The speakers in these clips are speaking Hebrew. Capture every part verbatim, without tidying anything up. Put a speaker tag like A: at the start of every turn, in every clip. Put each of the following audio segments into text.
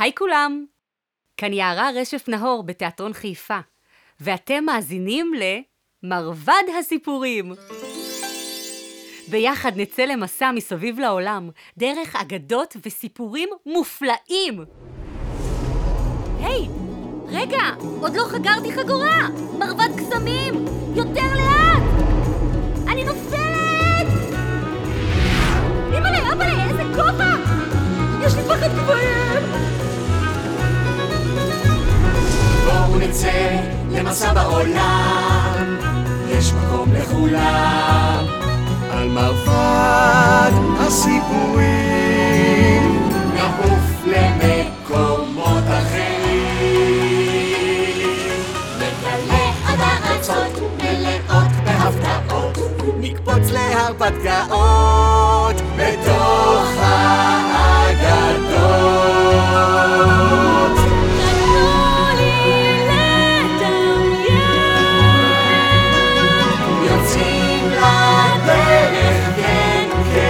A: היי כולם, כאן יערה רשף נהור בתיאטרון חיפה, ואתם מאזינים למרבד הסיפורים. ביחד נצא למסע מסביב לעולם, דרך אגדות וסיפורים מופלאים. היי, רגע, עוד לא חגרתי חגורה, מרבד קסמים, יותר לאט. אני נופלת! אימא'לה, אבא'לה, איזה כובע! יש לי פחד גבוהים!
B: בואו נצא למסע בעולם, יש מקום לכולם. על מרבד הסיפורים נעוף למקומות אחרים, נגלה עד הארצות מלאות בהפתעות, נקפוץ להרפת גאות בתוך האגדות.
A: תנו לי לדמיין,
B: יוצאים לדרך, כן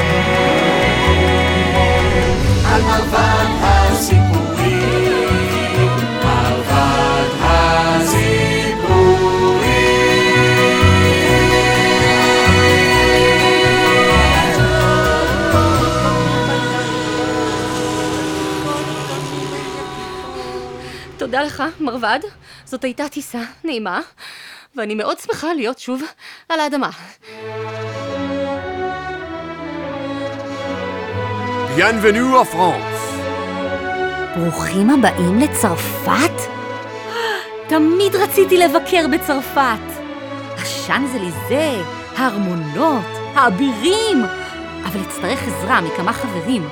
B: כן, על מרבד הסיפורים, מרבד הסיפורים.
A: תודה לך, מרבד. זאת הייתה טיסה נעימה, ואני מאוד שמחה להיות שוב על האדמה.
C: Bienvenue en France.
A: ברוכים הבאים לצרפת? תמיד רציתי לבקר בצרפת. השאנזליזה, הארמונות, האבירים, אבל אצטרך עזרה מכמה חברים.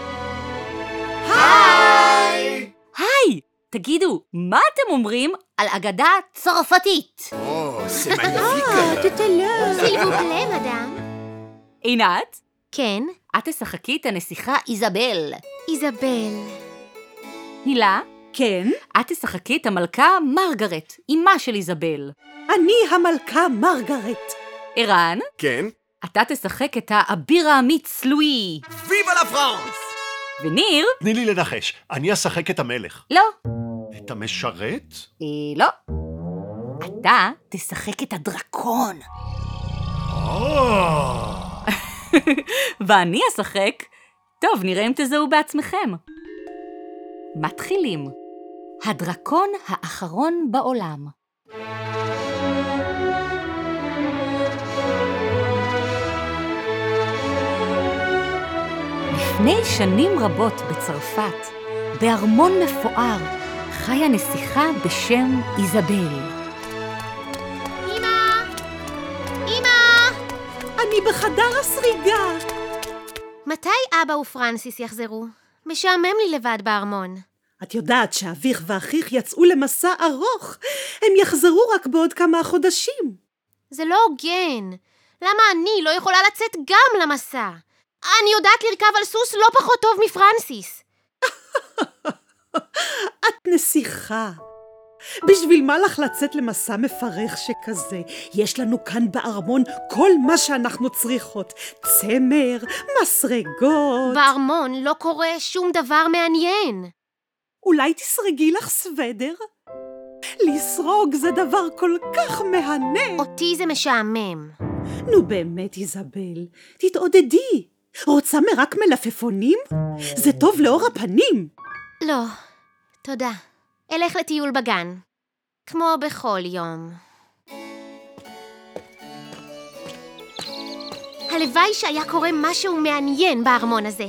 B: היי!
A: היי, תגידו, מה אתם אומרים על אגדה צרפתית?
C: Oh, c'est magnifique.
D: S'il vous plaît, madame.
A: עינת,
D: כן,
A: את תשחקי את הנסיכה איזבל.
D: איזבל.
A: הילה,
E: כן,
A: את תשחקי את המלכה מרגרט, אמה של איזבל.
E: אני המלכה מרגרט.
A: ערן,
C: כן.
A: אתה תשחק את האביר האמיץ לואי.
C: ויבה לה פרנס!
A: וניר,
F: תני לי לנחש, אני אשחק את המלך.
A: לא,
F: את המשרת?
A: אה, לא. אתה תשחק את הדרקון. ואני אשחק. טוב, נראה אם תזהו בעצמכם. מתחילים. הדרקון האחרון בעולם. לפני שנים רבות בצרפת, בארמון מפואר, חיה נסיכה בשם איזבל.
D: אמא! אמא!
E: אני בחדר הסריגה.
D: מתי אבא ופרנסיס יחזרו? משעמם לי לבד בארמון.
E: את יודעת שאביך ואחיך יצאו למסע ארוך. הם יחזרו רק בעוד כמה חודשים.
D: זה לא הוגן. למה אני לא יכולה לצאת גם למסע? אני יודעת לרכב על סוס לא פחות טוב מפרנסיס.
E: את נסיכה. בשביל מה לך לצאת למסע מפרך שכזה? יש לנו כאן בארמון כל מה שאנחנו צריכות. צמר, מסרגות.
D: בארמון לא קורה שום דבר מעניין.
E: אולי תסרגי לך סוודר? לסרוג זה דבר כל כך מהנה.
D: אותי זה משעמם.
E: נו באמת, איזבל, תתעודדי. רוצה מרק מלפפונים? זה טוב לאור הפנים.
D: לא, תודה. אלך לטיול בגן. כמו בכל יום. הלוואי שהיה קורה משהו מעניין בארמון הזה.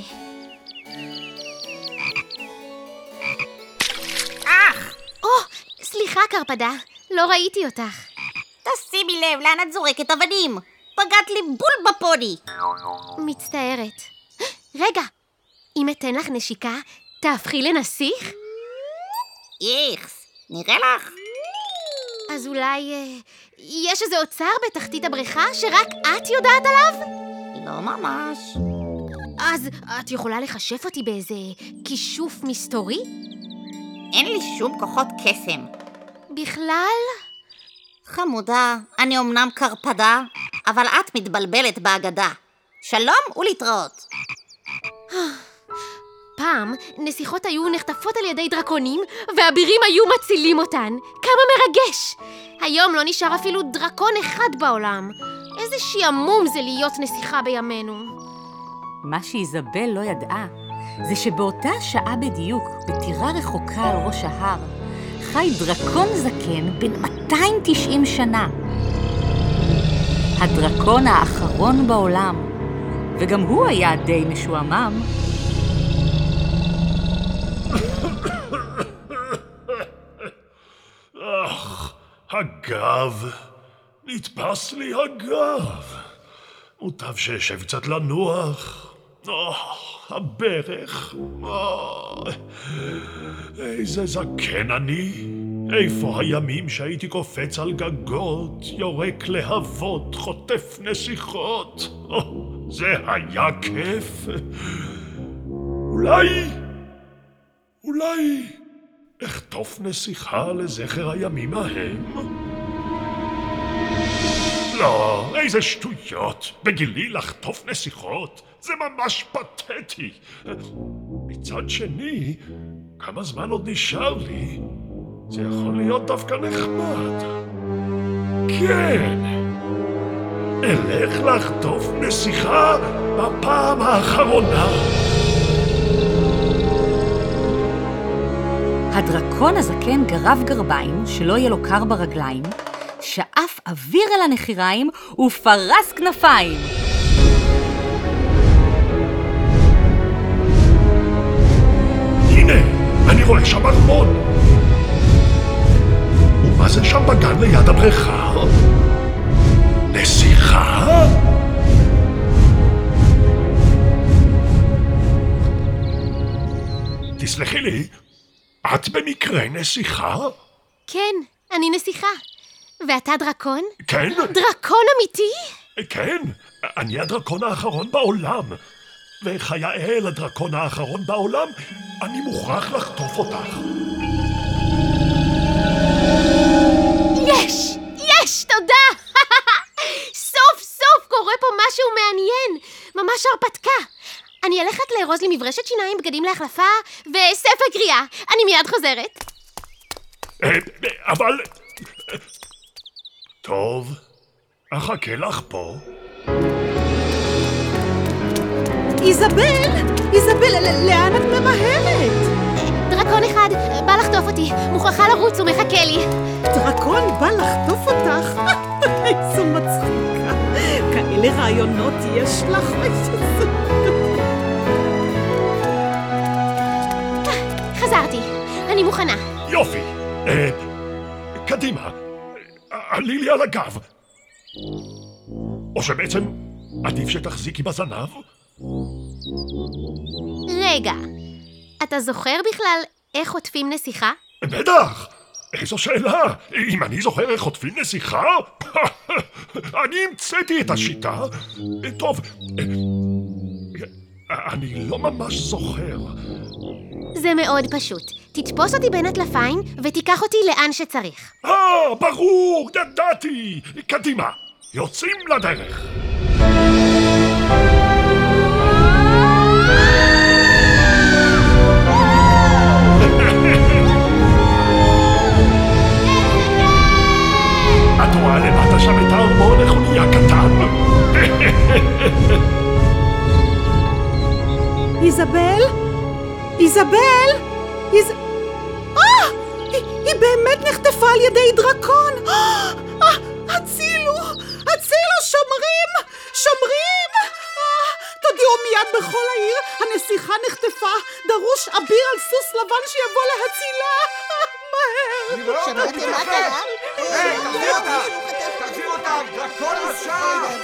G: אך!
D: או, סליחה קרפדה, לא ראיתי אותך.
G: תשימי לב לאן את זורקת אבנים. פגעת לי בול בפוני.
D: מצטערת. רגע, אם אתן לך נשיקה, תהפכי לנסיך?
G: איכס, נראה לך?
D: אז אולי אה, יש איזה אוצר בתחתית הבריכה שרק את יודעת עליו?
G: לא ממש.
D: אז את יכולה לחשף אותי באיזה כישוף מסתורי?
G: אין לי שום כוחות קסם.
D: בכלל?
G: חמודה, אני אמנם קרפדה, אבל את מתבלבלת באגדה. שלום ולהתראות.
D: פעם נסיכות היו נחטפות על ידי דרקונים, והאבירים היו מצילים אותן. כמה מרגש! היום לא נשאר אפילו דרקון אחד בעולם. איזה שעמום זה להיות נסיכה בימינו.
A: מה שאיזבל לא ידעה, זה שבאותה שעה בדיוק, בטירה רחוקה על ראש ההר, חי דרקון זקן בן מאתיים ותשעים שנה. הדרקון האחרון בעולם, וגם הוא היה די משועמם.
H: אך, הגב, נתפס לי הגב. מוטב שישב קצת לנוח. אך, הברך. אך, איזה זקן אני. איפה הימים שהייתי קופץ על גגות, יורק להבות, חוטף נסיכות? אך, זה היה כיף. אולי, אולי אחטוף נסיכה לזכר הימים ההם? לא, איזה שטויות. בגילי לחטוף נסיכות. זה ממש פתטי. מצד שני, כמה זמן עוד נשאר לי? זה יכול להיות דווקא נחמד. כן. אלך לחטוף נסיכה בפעם האחרונה.
A: הדרקון הזקן גרב גרביים, שלא יהיה לו קר ברגליים, שאף אוויר אל הנחיריים ופרס כנפיים.
H: הנה, אני רואה שם ארמון. ומה זה שם בגן ליד הבריכה? נסיכה? תסלחי לי, את במקרה נסיכה?
D: כן, אני נסיכה. ואתה דרקון?
H: כן.
D: דרקון אמיתי?
H: כן, אני הדרקון האחרון בעולם. וכיאה לדרקון האחרון בעולם, אני מוכרח לחטוף אותך.
D: יש! יש! תודה! סוף סוף קורה פה משהו מעניין. ממש הרפתקה. אני הולכת לארוז לי מברשת שיניים, בגדים להחלפה וספר קריאה. אני מיד חוזרת.
H: אבל... טוב, אחכה לך פה.
E: איזבל! איזבל, לאן את ממהרת?
D: דרקון אחד בא לחטוף אותי. מוכרחה לרוץ, הוא מחכה לי.
E: דרקון בא לחטוף אותך? איזו מצחיקה. כאלה רעיונות יש לך.
D: חזרתי, אני מוכנה.
H: יופי. אה, קדימה. עלי לי על הגב. או שבעצם עדיף שתחזיקי בזנב?
D: רגע, אתה זוכר בכלל איך חוטפים נסיכה?
H: בטח! איזו שאלה! אם אני זוכר איך חוטפים נסיכה? אני המצאתי את השיטה. טוב, אני לא ממש זוכר.
D: זה מאוד פשוט. תתפוס אותי בין הטלפיים ותיקח אותי לאן שצריך.
H: אה, ברור! ידעתי! קדימה! יוצאים לדרך! את רואה למטה שם את הארמון, איך הוא נהיה קטן?
E: איזבל? איזבל? איז... אה! היא, היא באמת נחטפה על ידי דרקון! אה! הצילו! הצילו! שומרים! שומרים! אה! תודיעו מיד בכל העיר, הנסיכה נחטפה, דרוש אביר על סוס לבן שיבוא להצילה! מהר!
B: שמעתם מה קרה? היי, תחזיר אותה! תחזיר אותה! דרקון עכשיו!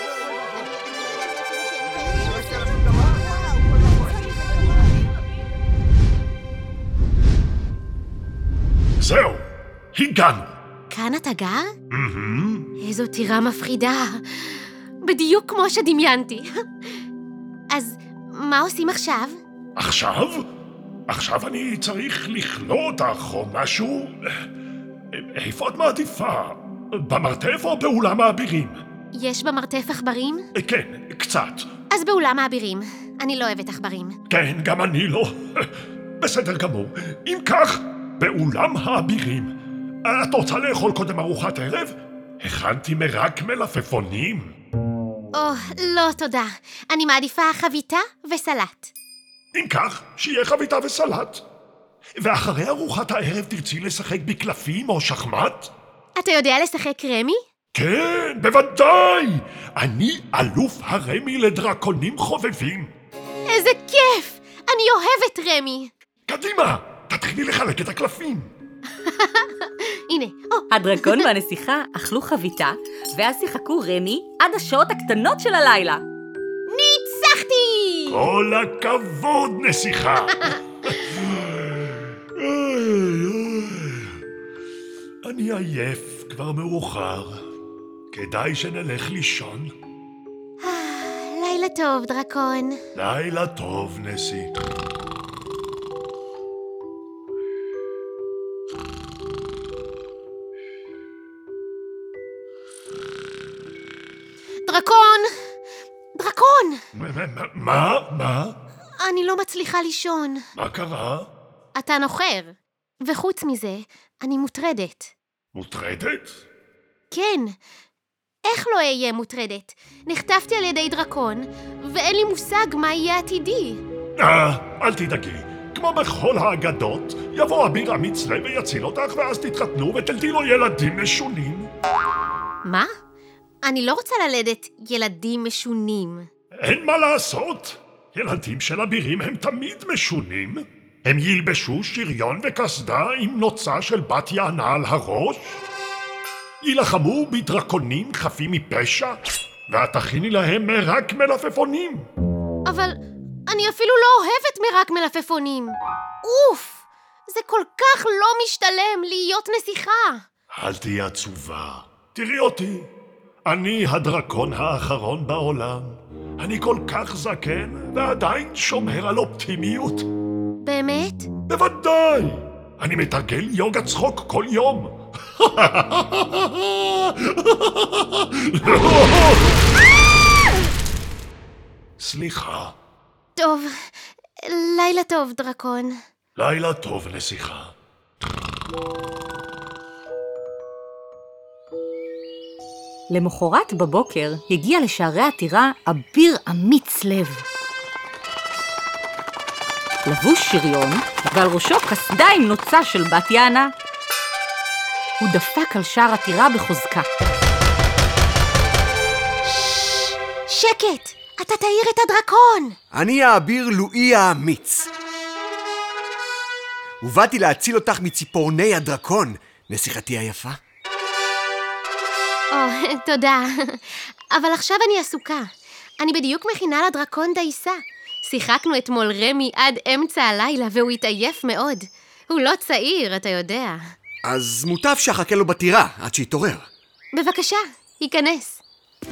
H: זהו, הגענו.
D: כאן אתה גר? איזו טירה מפחידה. בדיוק כמו שדמיינתי. אז מה עושים עכשיו?
H: עכשיו? עכשיו אני צריך לכלוא אותך או משהו? איפה את מעדיפה? במרתף או באולם האבירים?
D: יש במרתף עכברים?
H: כן, קצת.
D: אז באולם האבירים. אני לא אוהבת עכברים.
H: כן, גם אני לא. בסדר גמור. אם כך, באולם האבירים. את רוצה לאכול קודם ארוחת ערב? הכנתי מרק מלפפונים.
D: או, לא תודה. אני מעדיפה חביתה וסלט.
H: אם כך, שיהיה חביתה וסלט. ואחרי ארוחת הערב תרצי לשחק בקלפים או שחמט?
D: אתה יודע לשחק רמי?
H: כן, בוודאי! אני אלוף הרמי לדרקונים חובבים.
D: איזה כיף! אני אוהבת רמי.
H: קדימה, תתחילי לחלק את הקלפים.
D: הנה, או,
A: הדרקון והנסיכה אכלו חביתה, ואז שיחקו רמי עד השעות הקטנות של הלילה.
D: ניצחתי!
H: כל הכבוד, נסיכה. אוי, אוי. אני עייף, כבר מאוחר. כדאי שנלך לישון.
D: לילה טוב, דרקון.
H: לילה טוב, נסי.
D: דרקון! דרקון!
H: מה? מה?
D: אני לא מצליחה לישון.
H: מה קרה?
D: אתה נוחר. וחוץ מזה, אני מוטרדת.
H: מוטרדת?
D: כן. איך לא אהיה מוטרדת? נחטפתי על ידי דרקון, ואין לי מושג מה יהיה עתידי.
H: אה, אל תדאגי. כמו בכל האגדות, יבוא אביר אמיץ לב ויציל אותך, ואז תתחתנו ותלדי לו ילדים משונים.
D: מה? אני לא רוצה ללדת ילדים משונים.
H: אין מה לעשות. ילדים של אבירים הם תמיד משונים. הם ילבשו שריון וקסדה עם נוצה של בת יענה על הראש. יילחמו בדרקונים חפים מפשע, ואת תכיני להם מרק מלפפונים.
D: אבל אני אפילו לא אוהבת מרק מלפפונים. אוף! זה כל כך לא משתלם להיות נסיכה.
H: אל תהי עצובה. תראי אותי. אני הדרקון האחרון בעולם. אני כל כך זקן, ועדיין שומר על אופטימיות.
D: באמת?
H: בוודאי! אני מתרגל יוגה צחוק כל יום. סליחה.
D: טוב, לילה טוב, דרקון.
H: לילה טוב, נסיכה.
A: למחרת בבוקר הגיע לשערי הטירה אביר אמיץ לב. לבוש שריון, ועל ראשו קסדה עם נוצה של בת יענה. הוא דפק על שער הטירה בחוזקה.
D: שקט! אתה תאיר את הדרקון!
C: אני האביר לואי האמיץ. ובאתי להציל אותך מציפורני הדרקון, נסיכתי היפה.
D: או, תודה. אבל עכשיו אני עסוקה. אני בדיוק מכינה לדרקון דייסה. שיחקנו אתמול רמי עד אמצע הלילה והוא התעייף מאוד. הוא לא צעיר, אתה יודע.
C: אז מוטב שאחכה לו בטירה עד שיתעורר.
D: בבקשה, ייכנס.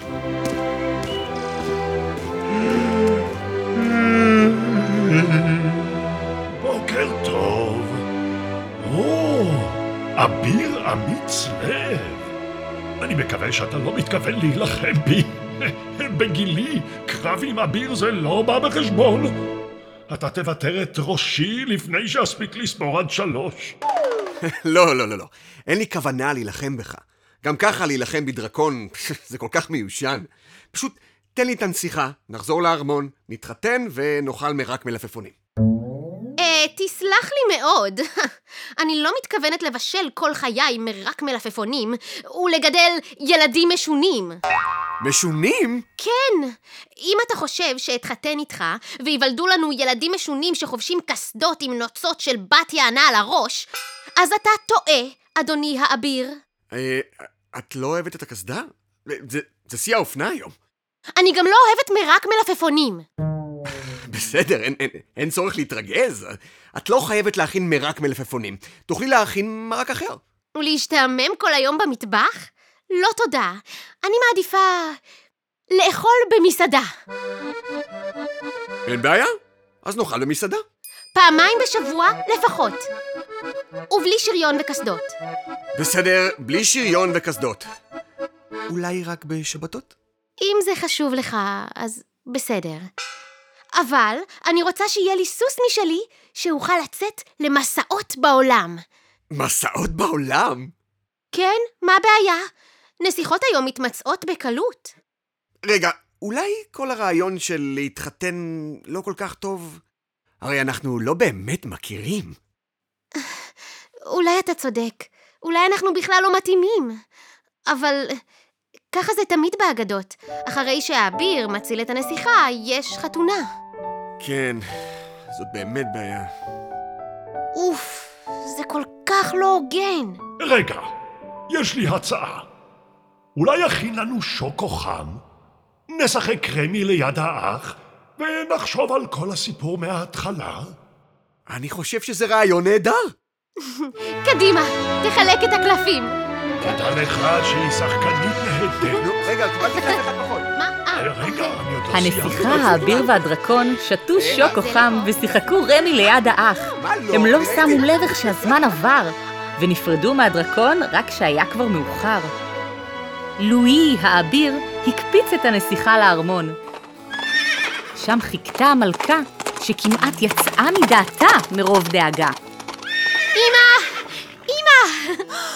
H: בוקר טוב. או, אביר אמיץ לב. אני מקווה שאתה לא מתכוון להילחם בי. בגילי, קרב עם אביר זה לא בא בחשבון. אתה תוותר את ראשי לפני שאספיק לספור עד שלוש.
C: לא, לא, לא, לא. אין לי כוונה להילחם בך. גם ככה להילחם בדרקון, זה כל כך מיושן. פשוט תן לי את הנסיכה, נחזור לארמון, נתחתן ונאכל מרק מלפפונים.
D: אה, תסלח לי מאוד. אני לא מתכוונת לבשל כל חיי מרק מלפפונים ולגדל ילדים משונים.
C: משונים?
D: כן. אם אתה חושב שאתחתן איתך ויוולדו לנו ילדים משונים שחובשים קסדות עם נוצות של בת יענה על הראש, אז אתה טועה, אדוני האביר.
C: אה, את לא אוהבת את הקסדה? זה, זה שיא האופנה היום.
D: אני גם לא אוהבת מרק מלפפונים.
C: בסדר, אין, אין, אין צורך להתרגז. את לא חייבת להכין מרק מלפפונים. תוכלי להכין מרק אחר.
D: ולהשתעמם כל היום במטבח? לא תודה. אני מעדיפה לאכול במסעדה.
C: אין בעיה? אז נאכל במסעדה.
D: פעמיים בשבוע לפחות. ובלי שריון וקסדות.
C: בסדר, בלי שריון וקסדות. אולי רק בשבתות?
D: אם זה חשוב לך, אז בסדר. אבל אני רוצה שיהיה לי סוס משלי שאוכל לצאת למסעות בעולם.
C: מסעות בעולם?
D: כן, מה הבעיה? נסיכות היום מתמצאות בקלות.
C: רגע, אולי כל הרעיון של להתחתן לא כל כך טוב? הרי אנחנו לא באמת מכירים.
D: אולי אתה צודק. אולי אנחנו בכלל לא מתאימים. אבל ככה זה תמיד באגדות. אחרי שהאביר מציל את הנסיכה, יש חתונה.
C: כן, זאת באמת בעיה.
D: אוף, זה כל כך לא הוגן.
H: רגע, יש לי הצעה. אולי יכין לנו שוקו חם, נשחק קרמי ליד האח, ונחשוב על כל הסיפור מההתחלה?
C: אני חושב שזה רעיון נהדר.
D: קדימה, תחלק את הקלפים.
H: תדע לך שהיא שחקנית נהדרת.
C: נו, רגע, קיבלתי קצת אחד פחות.
D: מה? אה,
H: רגע, אני עוד לא סיימתי.
A: הנסיכה, האביר והדרקון שתו שוקו חם ושיחקו רמי ליד האח.
C: מה לא?
A: הם לא
C: ראיתי.
A: שמו לב איך שהזמן עבר, ונפרדו מהדרקון רק כשהיה כבר מאוחר. לואי, האביר, הקפיץ את הנסיכה לארמון. שם חיכתה המלכה, שכמעט יצאה מדעתה מרוב דאגה.
D: אמא! אמא!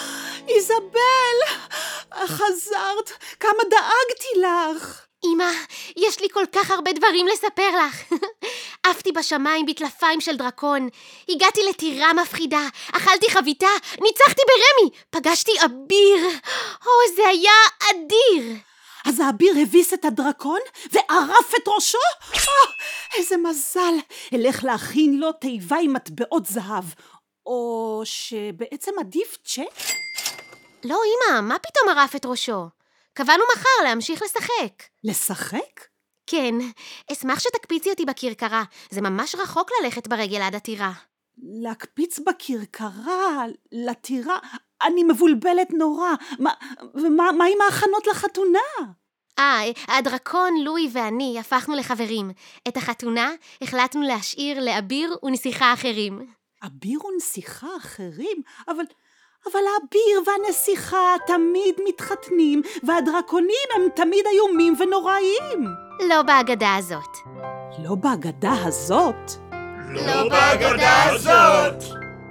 E: איזבל, חזרת, כמה דאגתי לך.
D: אמא, יש לי כל כך הרבה דברים לספר לך. עפתי בשמיים בטלפיים של דרקון, הגעתי לטירה מפחידה, אכלתי חביתה, ניצחתי ברמי, פגשתי אביר. או, זה היה אדיר.
E: אז האביר הביס את הדרקון וערף את ראשו? Oh, איזה מזל. אלך להכין לו תיבה עם מטבעות זהב. או שבעצם עדיף צ'ק?
D: לא, אמא, מה פתאום ערף את ראשו? קבענו מחר להמשיך לשחק.
E: לשחק?
D: כן, אשמח שתקפיצי אותי בכרכרה. זה ממש רחוק ללכת ברגל עד הטירה.
E: להקפיץ בכרכרה, לטירה, אני מבולבלת נורא. מה, ומה, מה עם ההכנות לחתונה?
D: אה, הדרקון, לואי ואני הפכנו לחברים. את החתונה החלטנו להשאיר לאביר ונסיכה אחרים.
E: אביר ונסיכה אחרים? אבל, אבל האביר והנסיכה תמיד מתחתנים, והדרקונים הם תמיד איומים ונוראים.
D: לא בהגדה הזאת.
E: לא בהגדה הזאת?
B: לא בהגדה הזאת!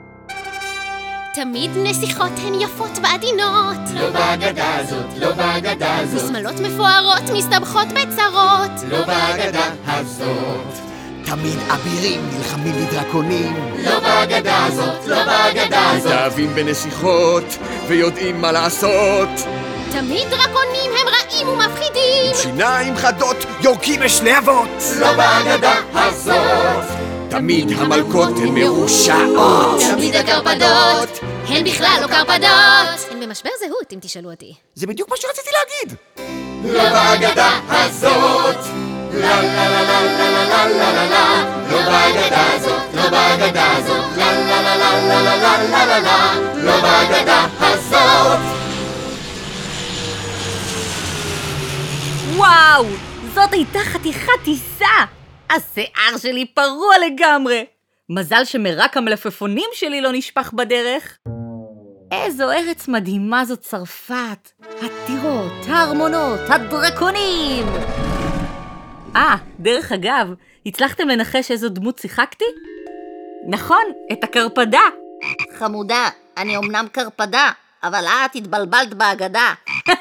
D: תמיד נסיכות הן יפות ועדינות.
B: לא בהגדה הזאת, לא בהגדה הזאת,
D: משמלות מפוארות מסתבכות בצרות.
B: לא בהגדה הזאת.
C: תמיד אבירים נלחמים בדרקונים.
B: לא בהגדה הזאת, לא בהגדה הזאת.
C: מתאהבים בנסיכות ויודעים מה לעשות.
D: תמיד דרקונים הם רעים ומפחידים.
C: שיניים חדות יורקים משני אבות.
B: לא בהגדה הזאת.
C: תמיד המלכות הן מרושעות.
D: תמיד הקרפדות הן בכלל לא קרפדות. הן במשבר זהות, אם תשאלו אותי.
C: זה בדיוק מה שרציתי להגיד.
B: לא בהגדה הזאת. לה לה לה לה לה לה לה לה לה. לא בהגדה הזאת, לא בהגדה הזאת. לה לה לה לה לה לה לה לה לה. לא בהגדה הזאת.
A: וואו, זאת הייתה חתיכת טיסה! השיער שלי פרוע לגמרי. מזל שמרק המלפפונים שלי לא נשפך בדרך. איזו ארץ מדהימה זאת צרפת. הטירות, הארמונות, הדרקונים. אה, דרך אגב, הצלחתם לנחש איזו דמות שיחקתי? נכון, את הקרפדה.
G: חמודה, אני אומנם קרפדה, אבל את התבלבלת בהגדה.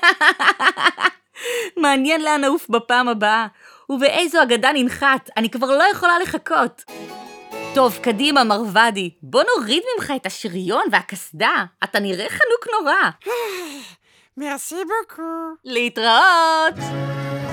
A: מעניין לאן נעוף בפעם הבאה. ובאיזו אגדה ננחת, אני כבר לא יכולה לחכות. טוב, קדימה, מרוודי, בוא נוריד ממך את השריון והקסדה. אתה נראה חנוק נורא.
E: מרסי בוקו.
A: להתראות.